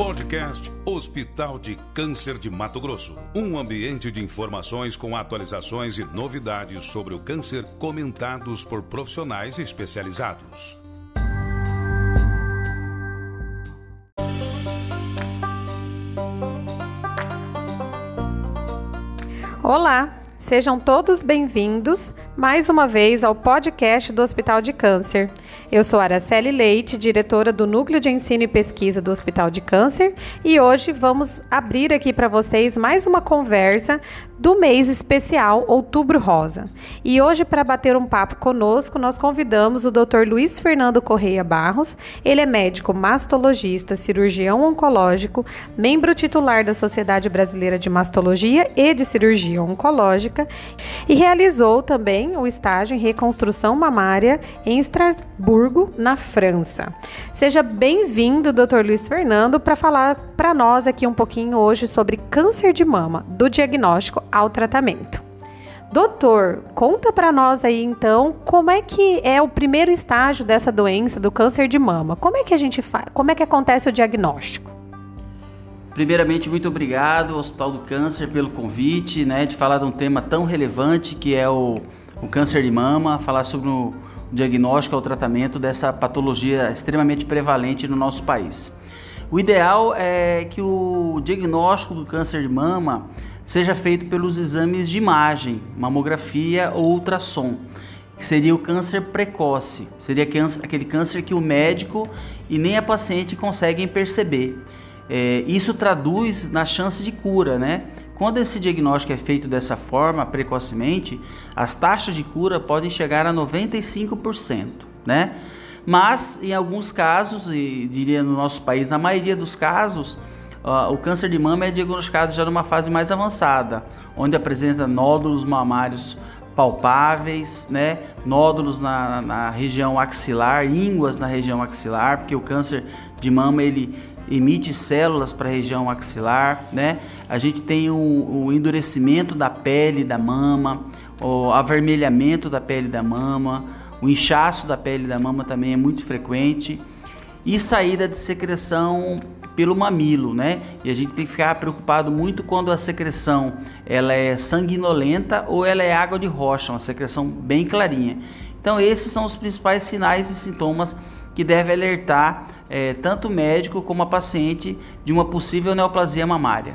Podcast Hospital de Câncer de Mato Grosso. Um ambiente de informações com atualizações e novidades sobre o câncer comentados por profissionais especializados. Olá, sejam todos bem-vindos mais uma vez ao podcast do Hospital de Câncer. Eu sou Araceli Leite, diretora do Núcleo de Ensino e Pesquisa do Hospital de Câncer, e hoje vamos abrir aqui para vocês mais uma conversa do mês especial Outubro Rosa. E hoje, para bater um papo conosco, nós convidamos o Dr. Luiz Fernando Correia Barros. Ele é médico mastologista, cirurgião oncológico, membro titular da Sociedade Brasileira de Mastologia e de Cirurgia Oncológica e realizou também o estágio em reconstrução mamária em Estrasburgo, na França. Seja bem-vindo, Dr. Luiz Fernando, para falar para nós aqui um pouquinho hoje sobre câncer de mama, do diagnóstico ao tratamento. Doutor, conta para nós aí então como é que é o primeiro estágio dessa doença do câncer de mama. Como é que a gente faz? Como é que acontece o diagnóstico? Primeiramente, muito obrigado ao Hospital do Câncer pelo convite, de falar de um tema tão relevante que é o câncer de mama, falar sobre o diagnóstico ao tratamento dessa patologia extremamente prevalente no nosso país. O ideal é que o diagnóstico do câncer de mama seja feito pelos exames de imagem, mamografia ou ultrassom, que seria o câncer precoce, seria aquele câncer que o médico e nem a paciente conseguem perceber. Isso traduz na chance de cura, Quando esse diagnóstico é feito dessa forma, precocemente, as taxas de cura podem chegar a 95%, Mas, em alguns casos, e diria no nosso país, na maioria dos casos, o câncer de mama é diagnosticado já numa fase mais avançada, onde apresenta nódulos mamários palpáveis, nódulos na região axilar, ínguas na região axilar, porque o câncer de mama ele emite células para a região axilar, A gente tem o endurecimento da pele da mama, o avermelhamento da pele da mama, o inchaço da pele da mama também é muito frequente e saída de secreção pelo mamilo, E a gente tem que ficar preocupado muito quando a secreção ela é sanguinolenta ou ela é água de rocha, uma secreção bem clarinha. Então esses são os principais sinais e sintomas que deve alertar tanto o médico como a paciente de uma possível neoplasia mamária.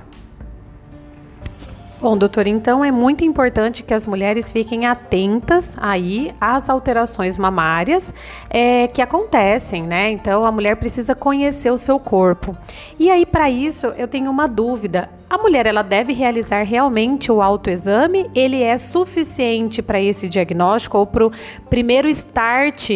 Bom, doutor, então é muito importante que as mulheres fiquem atentas aí às alterações mamárias que acontecem, Então a mulher precisa conhecer o seu corpo. E aí, para isso, eu tenho uma dúvida. A mulher, ela deve realizar realmente o autoexame? Ele é suficiente para esse diagnóstico ou para o primeiro start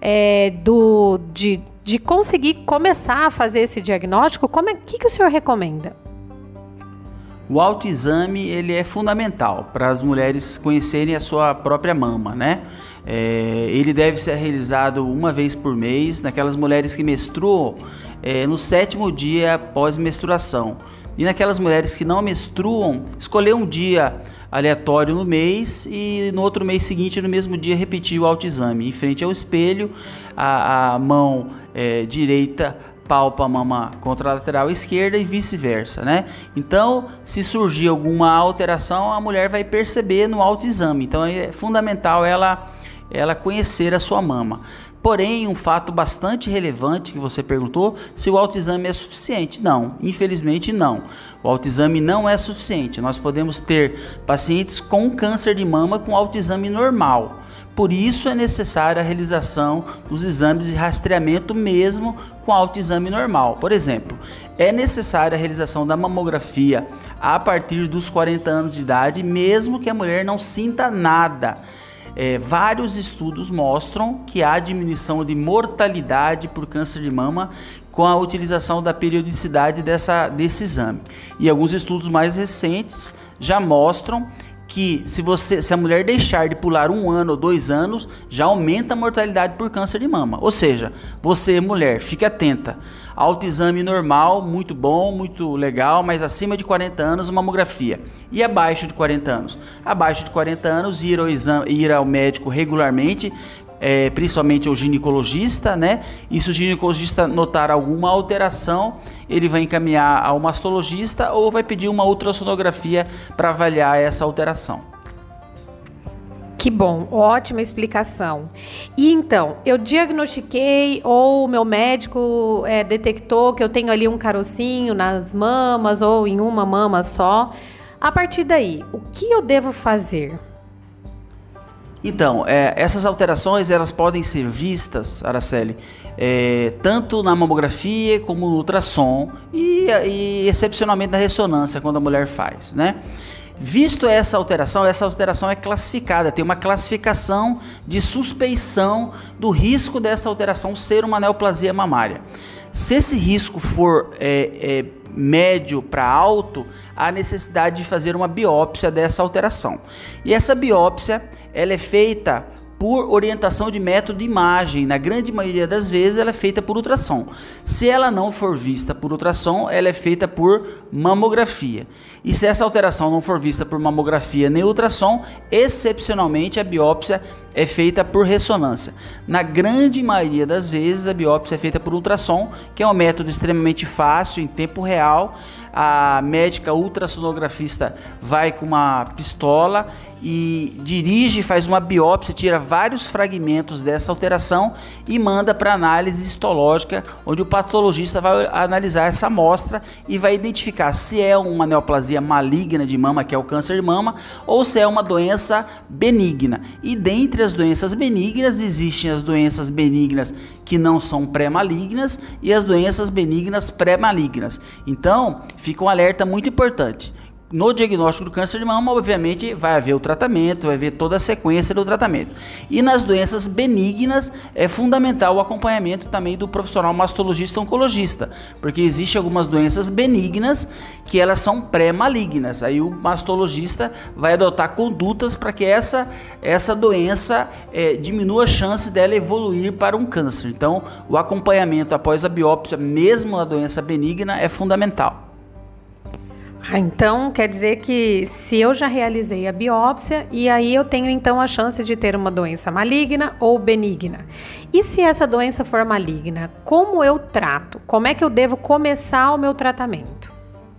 de conseguir começar a fazer esse diagnóstico? Que o senhor recomenda? O autoexame ele é fundamental para as mulheres conhecerem a sua própria mama, Ele deve ser realizado uma vez por mês naquelas mulheres que menstruam no 7º dia após menstruação. E naquelas mulheres que não menstruam, escolher um dia aleatório no mês e no outro mês seguinte, no mesmo dia, repetir o autoexame. Em frente ao espelho, a mão direita palpa a mama contralateral esquerda e vice-versa, Então, se surgir alguma alteração, a mulher vai perceber no autoexame. Então, é fundamental ela conhecer a sua mama. Porém, um fato bastante relevante que você perguntou, se o autoexame é suficiente. Não, infelizmente não. O autoexame não é suficiente. Nós podemos ter pacientes com câncer de mama com autoexame normal. Por isso é necessária a realização dos exames de rastreamento mesmo com autoexame normal. Por exemplo, é necessária a realização da mamografia a partir dos 40 anos de idade, mesmo que a mulher não sinta nada. Vários estudos mostram que há diminuição de mortalidade por câncer de mama com a utilização da periodicidade desse exame. E alguns estudos mais recentes já mostram que se a mulher deixar de pular 1 ano ou 2 anos, já aumenta a mortalidade por câncer de mama. Ou seja, você, mulher, fique atenta. Autoexame normal, muito bom, muito legal, mas acima de 40 anos, mamografia. E abaixo de 40 anos? Abaixo de 40 anos, ir ao médico regularmente principalmente ao ginecologista, né? E se o ginecologista notar alguma alteração, ele vai encaminhar ao mastologista ou vai pedir uma ultrassonografia para avaliar essa alteração. Que bom, ótima explicação. E então, eu diagnostiquei ou o meu médico detectou que eu tenho ali um carocinho nas mamas ou em uma mama só. A partir daí, o que eu devo fazer? Então, essas alterações elas podem ser vistas, Araceli, tanto na mamografia como no ultrassom e excepcionalmente na ressonância quando a mulher faz, né? Visto essa alteração é classificada, tem uma classificação de suspeição do risco dessa alteração ser uma neoplasia mamária. Se esse risco for médio para alto, há necessidade de fazer uma biópsia dessa alteração. E essa biópsia ela é feita por orientação de método de imagem. Na grande maioria das vezes ela é feita por ultrassom. Se ela não for vista por ultrassom, ela é feita por mamografia. E se essa alteração não for vista por mamografia nem ultrassom, excepcionalmente a biópsia é feita por ressonância. Na grande maioria das vezes a biópsia é feita por ultrassom, que é um método extremamente fácil, em tempo real. A médica ultrassonografista vai com uma pistola e dirige, faz uma biópsia, tira vários fragmentos dessa alteração e manda para análise histológica, onde o patologista vai analisar essa amostra e vai identificar se é uma neoplasia maligna de mama, que é o câncer de mama, ou se é uma doença benigna. E dentre as doenças benignas, existem as doenças benignas que não são pré-malignas e as doenças benignas pré-malignas. Então, fica um alerta muito importante. No diagnóstico do câncer de mama, obviamente, vai haver o tratamento, vai haver toda a sequência do tratamento. E nas doenças benignas, é fundamental o acompanhamento também do profissional mastologista oncologista, porque existem algumas doenças benignas que elas são pré-malignas. Aí o mastologista vai adotar condutas para que essa doença diminua a chance dela evoluir para um câncer. Então, o acompanhamento após a biópsia, mesmo na doença benigna, é fundamental. Então, quer dizer que se eu já realizei a biópsia e aí eu tenho então a chance de ter uma doença maligna ou benigna. E se essa doença for maligna, como eu trato? Como é que eu devo começar o meu tratamento?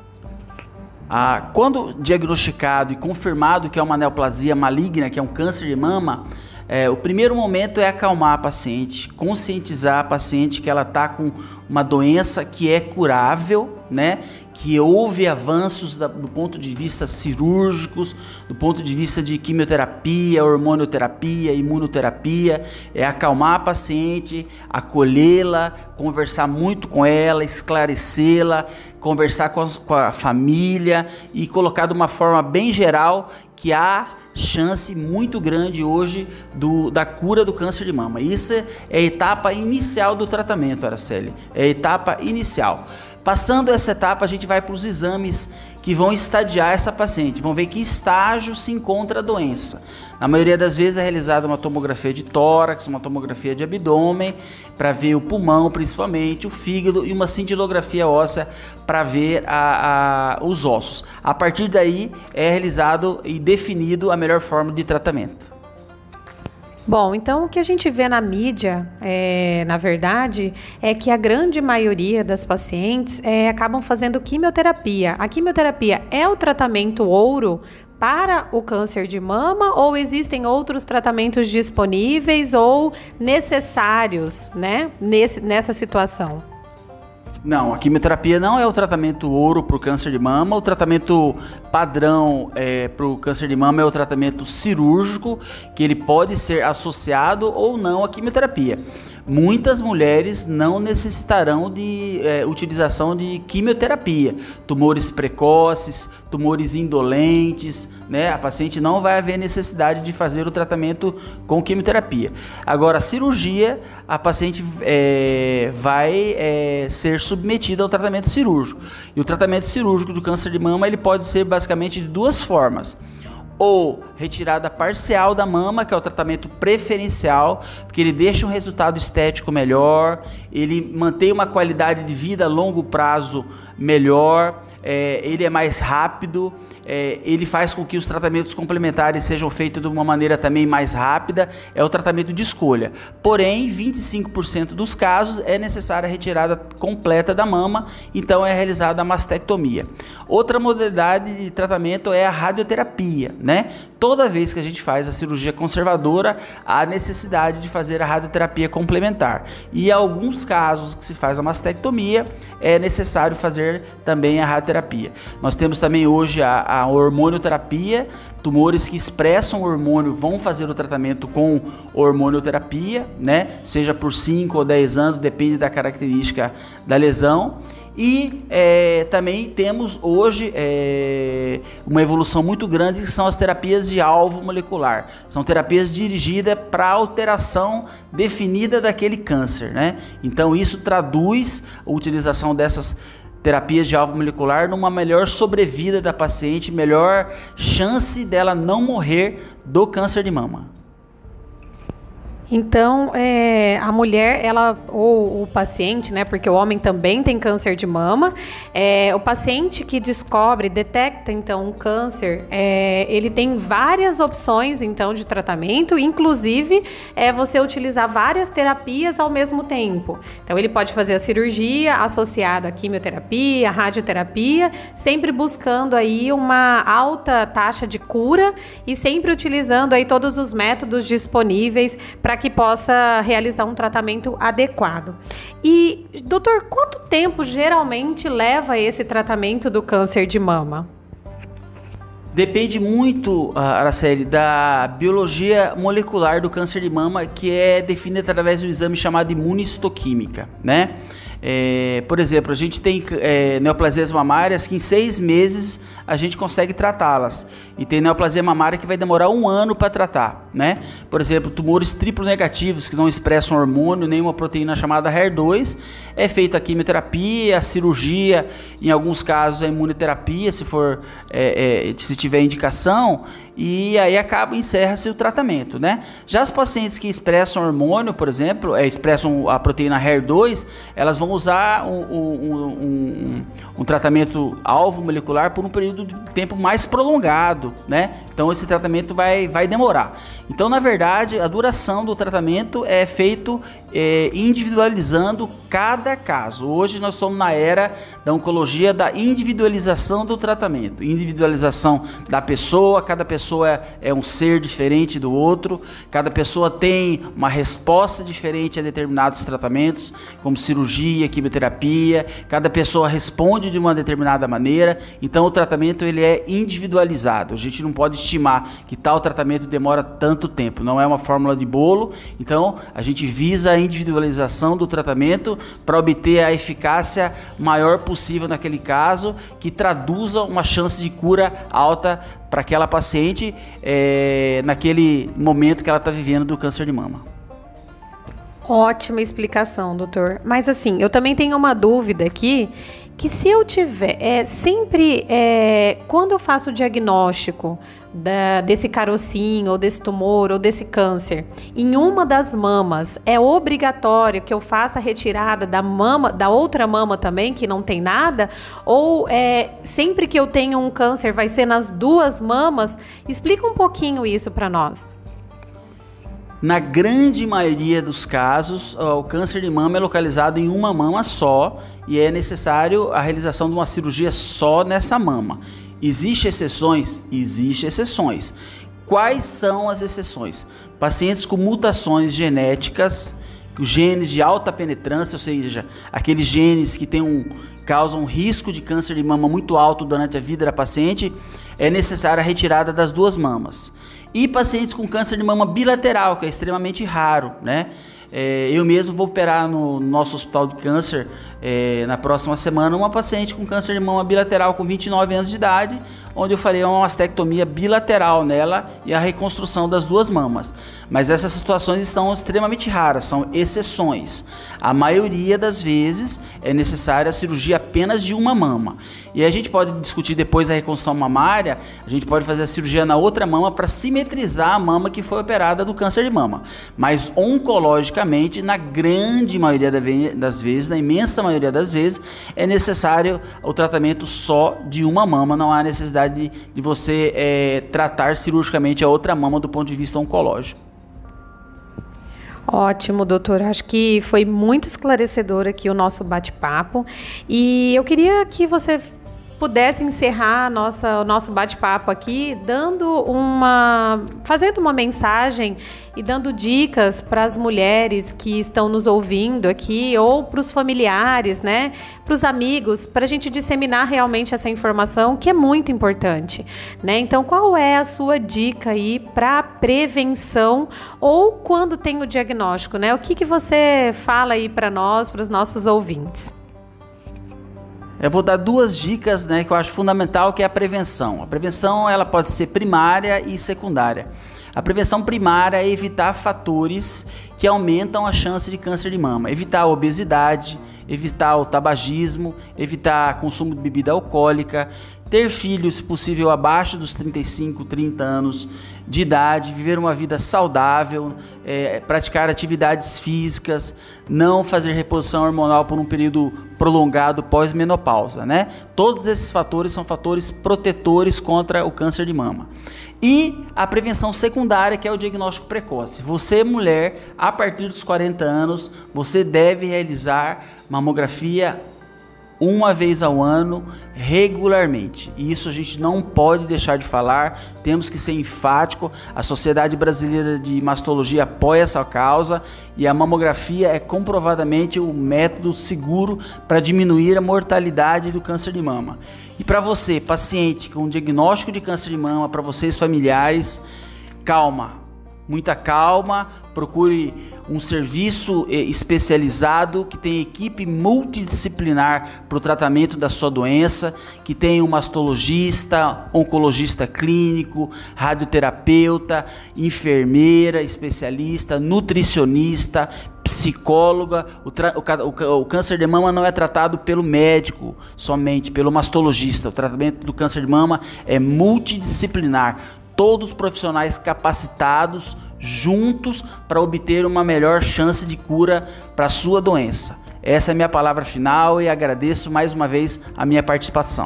Quando diagnosticado e confirmado que é uma neoplasia maligna, que é um câncer de mama, o primeiro momento é acalmar a paciente, conscientizar a paciente que ela está com uma doença que é curável, né? Que houve avanços do ponto de vista cirúrgicos, do ponto de vista de quimioterapia, hormonioterapia, imunoterapia, acalmar a paciente, acolhê-la, conversar muito com ela, esclarecê-la, conversar com a família e colocar de uma forma bem geral que há chance muito grande hoje da cura do câncer de mama. Isso é a etapa inicial do tratamento, Araceli, é a etapa inicial. Passando essa etapa, a gente vai para os exames que vão estadiar essa paciente, vão ver que estágio se encontra a doença. Na maioria das vezes é realizada uma tomografia de tórax, uma tomografia de abdômen, para ver o pulmão principalmente, o fígado e uma cintilografia óssea para ver os ossos. A partir daí é realizado e definido a melhor forma de tratamento. Bom, então o que a gente vê na mídia, na verdade, é que a grande maioria das pacientes acabam fazendo quimioterapia. A quimioterapia é o tratamento ouro para o câncer de mama ou existem outros tratamentos disponíveis ou necessários, né, nessa situação? Não, a quimioterapia não é o tratamento ouro para o câncer de mama. O tratamento padrão para o câncer de mama é o tratamento cirúrgico, que ele pode ser associado ou não à quimioterapia. Muitas mulheres não necessitarão de utilização de quimioterapia, tumores precoces, tumores indolentes, né? A paciente não vai haver necessidade de fazer o tratamento com quimioterapia. Agora, a cirurgia, a paciente vai ser submetida ao tratamento cirúrgico. E o tratamento cirúrgico do câncer de mama ele pode ser basicamente de duas formas. Ou retirada parcial da mama, que é o tratamento preferencial, porque ele deixa um resultado estético melhor, ele mantém uma qualidade de vida a longo prazo melhor, ele é mais rápido, ele faz com que os tratamentos complementares sejam feitos de uma maneira também mais rápida, é o tratamento de escolha. Porém, 25% dos casos é necessária a retirada completa da mama, então é realizada a mastectomia. Outra modalidade de tratamento é a radioterapia, né? Toda vez que a gente faz a cirurgia conservadora, há necessidade de fazer a radioterapia complementar. E em alguns casos que se faz a mastectomia, é necessário fazer também a radioterapia. Nós temos também hoje a hormonioterapia. Tumores que expressam hormônio vão fazer o tratamento com hormonioterapia, né? Seja por 5 ou 10 anos, depende da característica da lesão. E também temos hoje uma evolução muito grande, que são as terapias de alvo molecular. São terapias dirigidas para a alteração definida daquele câncer, né? Então isso traduz a utilização dessas terapias de alvo molecular numa melhor sobrevida da paciente, melhor chance dela não morrer do câncer de mama. Então, a mulher, ou o paciente, né, porque o homem também tem câncer de mama, o paciente que detecta, então, um câncer, ele tem várias opções, então, de tratamento, inclusive, você utilizar várias terapias ao mesmo tempo. Então, ele pode fazer a cirurgia associada à quimioterapia, à radioterapia, sempre buscando aí uma alta taxa de cura e sempre utilizando aí todos os métodos disponíveis para que possa realizar um tratamento adequado. E, doutor, quanto tempo geralmente leva esse tratamento do câncer de mama? Depende muito, Araceli, da biologia molecular do câncer de mama, que é definida através do exame chamado imunistoquímica, né? Por exemplo, a gente tem neoplasias mamárias que em 6 meses a gente consegue tratá-las, e tem neoplasia mamária que vai demorar 1 ano para tratar, né? Por exemplo, tumores triplo negativos que não expressam hormônio nem uma proteína chamada HER2, é feita a quimioterapia, a cirurgia, em alguns casos a imunoterapia, se tiver indicação, e aí encerra-se o tratamento, né? Já as pacientes que expressam hormônio, por exemplo, expressam a proteína HER2, elas vão usar um tratamento alvo molecular por um período de tempo mais prolongado, né? Então esse tratamento vai demorar. Então, na verdade, a duração do tratamento é feito individualizando cada caso. Hoje nós estamos na era da oncologia da individualização do tratamento, individualização da pessoa. Cada pessoa é um ser diferente do outro, cada pessoa tem uma resposta diferente a determinados tratamentos, como cirurgia, quimioterapia. Cada pessoa responde de uma determinada maneira, então o tratamento ele é individualizado. A gente não pode estimar que tal tratamento demora tanto tempo, não é uma fórmula de bolo. Então a gente visa a individualização do tratamento para obter a eficácia maior possível naquele caso, que traduza uma chance de cura alta para aquela paciente naquele momento que ela está vivendo do câncer de mama. Ótima explicação, doutor. Mas assim, eu também tenho uma dúvida aqui, que se eu tiver, quando eu faço o diagnóstico desse carocinho, ou desse tumor, ou desse câncer, em uma das mamas, é obrigatório que eu faça a retirada da outra mama também, que não tem nada? Ou sempre que eu tenho um câncer, vai ser nas 2 mamas? Explica um pouquinho isso para nós. Na grande maioria dos casos, o câncer de mama é localizado em uma mama só e é necessário a realização de uma cirurgia só nessa mama. Existem exceções? Existem exceções. Quais são as exceções? Pacientes com mutações genéticas, genes de alta penetrância, ou seja, aqueles genes que causam um risco de câncer de mama muito alto durante a vida da paciente, é necessária a retirada das 2 mamas. E pacientes com câncer de mama bilateral, que é extremamente raro, né? Eu mesmo vou operar no nosso hospital de câncer na próxima semana uma paciente com câncer de mama bilateral com 29 anos de idade, onde eu farei uma mastectomia bilateral nela e a reconstrução das 2 mamas. Mas essas situações estão extremamente raras, são exceções. A maioria das vezes é necessária a cirurgia apenas de uma mama. E a gente pode discutir depois a reconstrução mamária, a gente pode fazer a cirurgia na outra mama para simetrizar a mama que foi operada do câncer de mama. Mas oncologicamente cirurgicamente, na grande maioria das vezes, na imensa maioria das vezes, é necessário o tratamento só de uma mama, não há necessidade de você tratar cirurgicamente a outra mama do ponto de vista oncológico. Ótimo, doutor. Acho que foi muito esclarecedor aqui o nosso bate-papo. E eu queria que você pudesse encerrar o nosso bate-papo aqui fazendo uma mensagem e dando dicas para as mulheres que estão nos ouvindo aqui ou para os familiares, né, para os amigos, para a gente disseminar realmente essa informação que é muito importante, né? Então, qual é a sua dica aí para prevenção ou quando tem o diagnóstico, né? O que você fala aí para nós, para os nossos ouvintes? Eu vou dar duas dicas, né, que eu acho fundamental, que é a prevenção. A prevenção ela pode ser primária e secundária. A prevenção primária é evitar fatores que aumentam a chance de câncer de mama. Evitar a obesidade, evitar o tabagismo, evitar consumo de bebida alcoólica, ter filhos, se possível, abaixo dos 35, 30 anos de idade, viver uma vida saudável, praticar atividades físicas, não fazer reposição hormonal por um período prolongado pós-menopausa, né? Todos esses fatores são fatores protetores contra o câncer de mama. E a prevenção secundária, que é o diagnóstico precoce. Você, mulher, a partir dos 40 anos, você deve realizar mamografia uma vez ao ano, regularmente. E isso a gente não pode deixar de falar, temos que ser enfático. A Sociedade Brasileira de Mastologia apoia essa causa e a mamografia é comprovadamente o método seguro para diminuir a mortalidade do câncer de mama. E para você, paciente com diagnóstico de câncer de mama, para vocês familiares, calma. Muita calma, procure um serviço especializado que tem equipe multidisciplinar para o tratamento da sua doença, que tem um mastologista, oncologista clínico, radioterapeuta, enfermeira, especialista, nutricionista, psicóloga. O câncer de mama não é tratado pelo médico somente, pelo mastologista. O tratamento do câncer de mama é multidisciplinar. Todos os profissionais capacitados juntos para obter uma melhor chance de cura para a sua doença. Essa é a minha palavra final e agradeço mais uma vez a minha participação.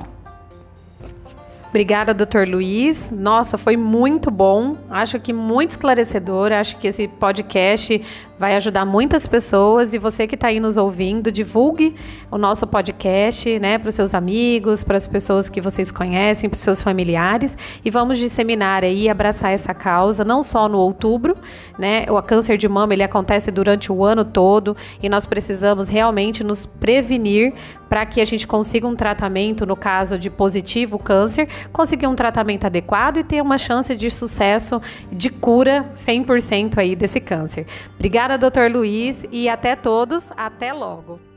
Obrigada, Dr. Luiz. Nossa, foi muito bom. Acho que muito esclarecedor. Acho que esse podcast vai ajudar muitas pessoas. E você que está aí nos ouvindo, divulgue o nosso podcast, né, para os seus amigos, para as pessoas que vocês conhecem, para os seus familiares. E vamos disseminar aí, abraçar essa causa, não só no outubro, né? O câncer de mama, ele acontece durante o ano todo e nós precisamos realmente nos prevenir para que a gente consiga um tratamento, no caso de positivo câncer, conseguir um tratamento adequado e ter uma chance de sucesso, de cura 100% aí desse câncer. Obrigada, Dr. Luiz, e até todos, até logo.